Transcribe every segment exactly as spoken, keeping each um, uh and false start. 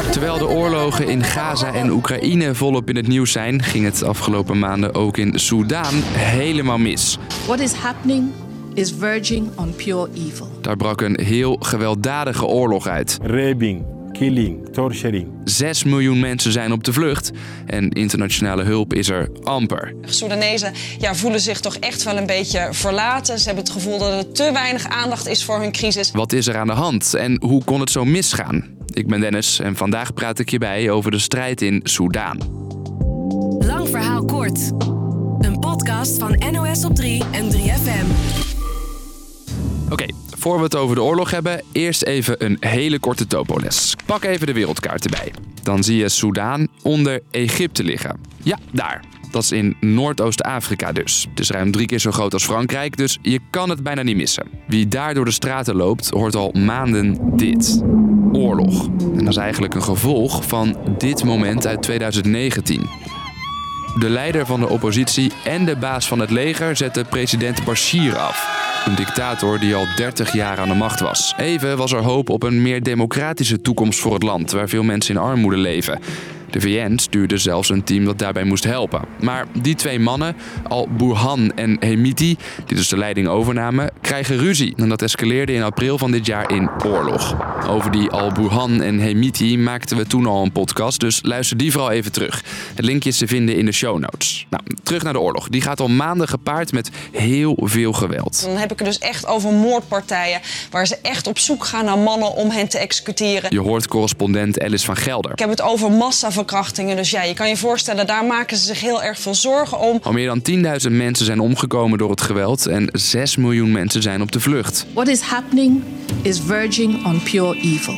Terwijl de oorlogen in Gaza en Oekraïne volop in het nieuws zijn, ging het afgelopen maanden ook in Soedan helemaal mis. What is happening is verging on pure evil. Daar brak een heel gewelddadige oorlog uit. Raping, killing, torturing. Zes miljoen mensen zijn op de vlucht en internationale hulp is er amper. Soedanezen ja, voelen zich toch echt wel een beetje verlaten. Ze hebben het gevoel dat er te weinig aandacht is voor hun crisis. Wat is er aan de hand en hoe kon het zo misgaan? Ik ben Dennis en vandaag praat ik je bij over de strijd in Soedan. Lang verhaal kort. Een podcast van N O S op drie en drie F M. Oké, okay, voor we het over de oorlog hebben, eerst even een hele korte topoles. Pak even de wereldkaart erbij. Dan zie je Soedan onder Egypte liggen. Ja, daar. Dat is in Noordoost-Afrika dus. Het is ruim drie keer zo groot als Frankrijk, dus je kan het bijna niet missen. Wie daar door de straten loopt, hoort al maanden dit. Oorlog. En dat is eigenlijk een gevolg van dit moment uit twintig negentien. De leider van de oppositie en de baas van het leger zetten president Bashir af. Een dictator die al dertig jaar aan de macht was. Even was er hoop op een meer democratische toekomst voor het land, waar veel mensen in armoede leven. De V N stuurde zelfs een team dat daarbij moest helpen. Maar die twee mannen, al-Burhan en Hemiti, die dus de leiding overnamen, krijgen ruzie. En dat escaleerde in april van dit jaar in oorlog. Over die al-Burhan en Hemiti maakten we toen al een podcast, dus luister die vooral even terug. Het linkje is te vinden in de show notes. Nou, terug naar de oorlog. Die gaat al maanden gepaard met heel veel geweld. Dan heb ik het dus echt over moordpartijen, waar ze echt op zoek gaan naar mannen om hen te executeren. Je hoort correspondent Alice van Gelder. Ik heb het over massaverkrachtingen, dus ja, je kan je voorstellen, daar maken ze zich heel erg veel zorgen om. Al meer dan tienduizend mensen zijn omgekomen door het geweld en zes miljoen mensen zijn op de vlucht. What is happening is verging on pure evil.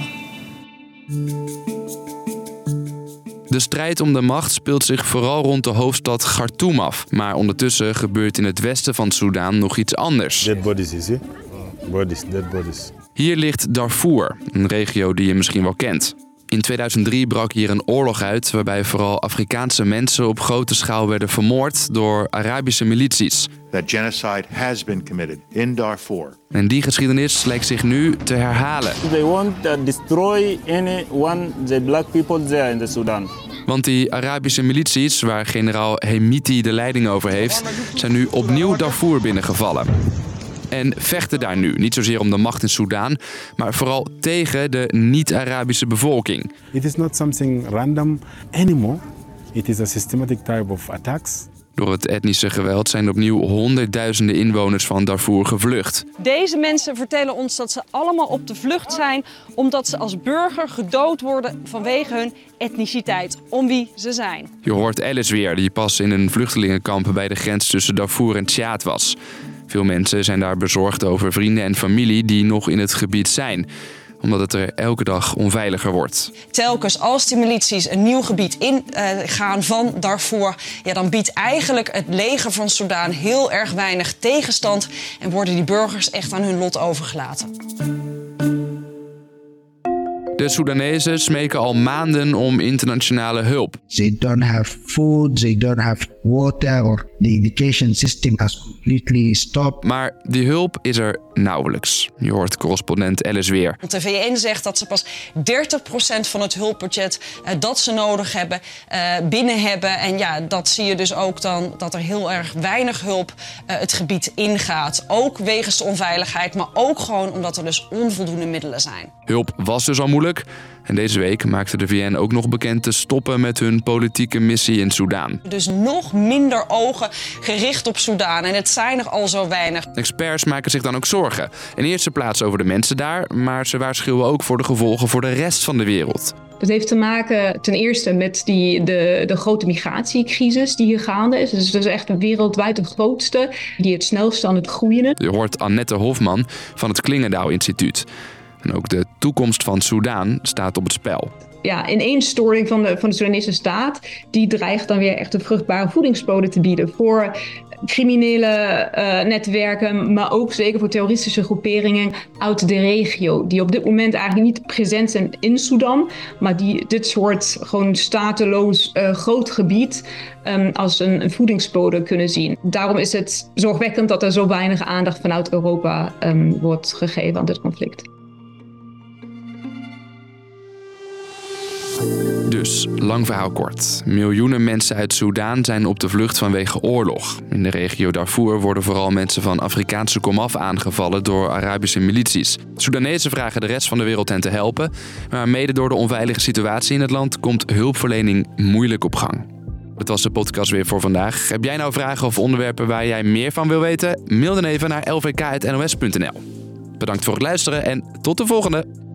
De strijd om de macht speelt zich vooral rond de hoofdstad Khartoum af. Maar ondertussen gebeurt in het westen van Soedan nog iets anders. Dead bodies, is it? Bodies, dead bodies. Hier ligt Darfur, een regio die je misschien wel kent. In tweeduizend drie brak hier een oorlog uit waarbij vooral Afrikaanse mensen op grote schaal werden vermoord door Arabische milities. That genocide has been committed in Darfur. En die geschiedenis lijkt zich nu te herhalen. They want to destroy anyone, the black people there in the Sudan. Want die Arabische milities, waar generaal Hemiti de leiding over heeft, zijn nu opnieuw Darfur binnengevallen. En vechten daar nu, niet zozeer om de macht in Soedan, maar vooral tegen de niet-Arabische bevolking. It is not something random anymore. It is a systematic type of attacks. Door het etnische geweld zijn opnieuw honderdduizenden inwoners van Darfur gevlucht. Deze mensen vertellen ons dat ze allemaal op de vlucht zijn omdat ze als burger gedood worden vanwege hun etniciteit, om wie ze zijn. Je hoort Alice weer, die pas in een vluchtelingenkamp bij de grens tussen Darfur en Tjaad was. Veel mensen zijn daar bezorgd over vrienden en familie die nog in het gebied zijn, omdat het er elke dag onveiliger wordt. Telkens als die milities een nieuw gebied ingaan uh, van Darfur, ja, dan biedt eigenlijk het leger van Soedan heel erg weinig tegenstand en worden die burgers echt aan hun lot overgelaten. De Soedanezen smeken al maanden om internationale hulp. They don't have food, they don't have water, or the education system has completely stopped. Maar die hulp is er nauwelijks. Je hoort correspondent Alice weer. De V N zegt dat ze pas dertig procent van het hulpbudget uh, dat ze nodig hebben uh, binnen hebben. En ja, dat zie je dus ook dan dat er heel erg weinig hulp uh, het gebied ingaat. Ook wegens de onveiligheid, maar ook gewoon omdat er dus onvoldoende middelen zijn. Hulp was dus al moeilijk. En deze week maakte de V N ook nog bekend te stoppen met hun politieke missie in Soedan. Dus nog minder ogen gericht op Soedan. En het zijn er al zo weinig. Experts maken zich dan ook zorgen. In eerste plaats over de mensen daar, maar ze waarschuwen ook voor de gevolgen voor de rest van de wereld. Dat heeft te maken ten eerste met die, de, de grote migratiecrisis die hier gaande is. Dus dat is echt wereldwijd de grootste, die het snelst aan het groeien. Je hoort Annette Hofman van het Klingendaal Instituut. En ook de toekomst van Soedan staat op het spel. Ja, ineenstorting van de, van de Soedanese staat, die dreigt dan weer echt een vruchtbare voedingsbodem te bieden voor criminele uh, netwerken, maar ook zeker voor terroristische groeperingen uit de regio, die op dit moment eigenlijk niet present zijn in Soedan, maar die dit soort gewoon stateloos uh, groot gebied um, als een, een voedingsbodem kunnen zien. Daarom is het zorgwekkend dat er zo weinig aandacht vanuit Europa um, wordt gegeven aan dit conflict. Dus, lang verhaal kort. Miljoenen mensen uit Soedan zijn op de vlucht vanwege oorlog. In de regio Darfur worden vooral mensen van Afrikaanse komaf aangevallen door Arabische milities. Soedanezen vragen de rest van de wereld hen te helpen, maar mede door de onveilige situatie in het land komt hulpverlening moeilijk op gang. Dat was de podcast weer voor vandaag. Heb jij nou vragen of onderwerpen waar jij meer van wil weten? Mail dan even naar l v k punt n o s punt n l. Bedankt voor het luisteren en tot de volgende!